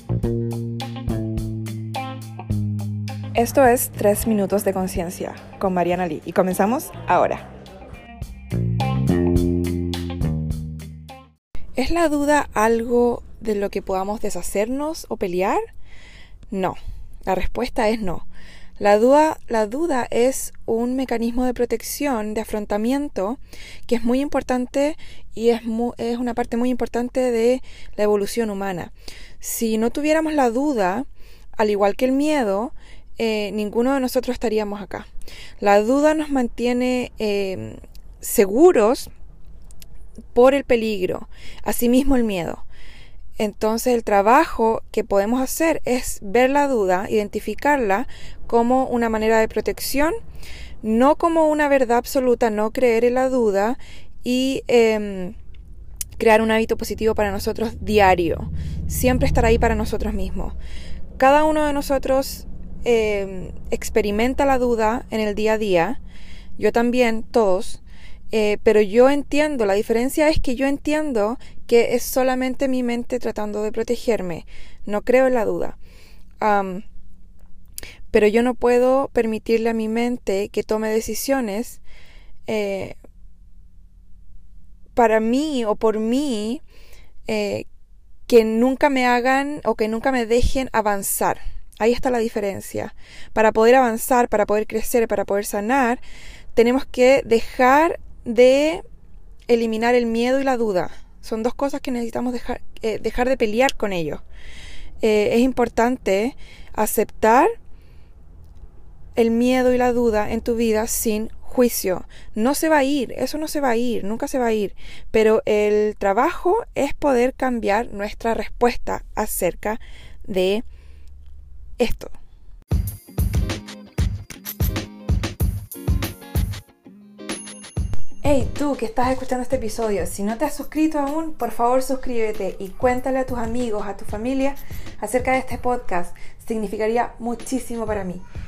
Esto es 3 minutos de conciencia con Mariana Lee y comenzamos ahora. ¿Es la duda algo de lo que podamos deshacernos o pelear? No, la respuesta es no. La duda es un mecanismo de protección, de afrontamiento, que es muy importante y es una parte muy importante de la evolución humana. Si no tuviéramos la duda, al igual que el miedo, ninguno de nosotros estaríamos acá. La duda nos mantiene seguros por el peligro, asimismo el miedo. Entonces el trabajo que podemos hacer es ver la duda, identificarla como una manera de protección, no como una verdad absoluta, no creer en la duda y crear un hábito positivo para nosotros diario, siempre estar ahí para nosotros mismos. Cada uno de nosotros experimenta la duda en el día a día, yo también, todos. Pero yo entiendo, la diferencia es que yo entiendo que es solamente mi mente tratando de protegerme. No creo en la duda. Pero yo no puedo permitirle a mi mente que tome decisiones para mí o por mí que nunca me hagan o que nunca me dejen avanzar. Ahí está la diferencia. Para poder avanzar, para poder crecer, para poder sanar, tenemos que dejar de eliminar el miedo y la duda. Son dos cosas que necesitamos dejar de pelear con ellos. Es importante aceptar el miedo y la duda en tu vida sin juicio. No se va a ir, eso no se va a ir, nunca se va a ir. Pero el trabajo es poder cambiar nuestra respuesta acerca de esto. Hey, tú que estás escuchando este episodio, si no te has suscrito aún, por favor suscríbete y cuéntale a tus amigos, a tu familia acerca de este podcast. Significaría muchísimo para mí.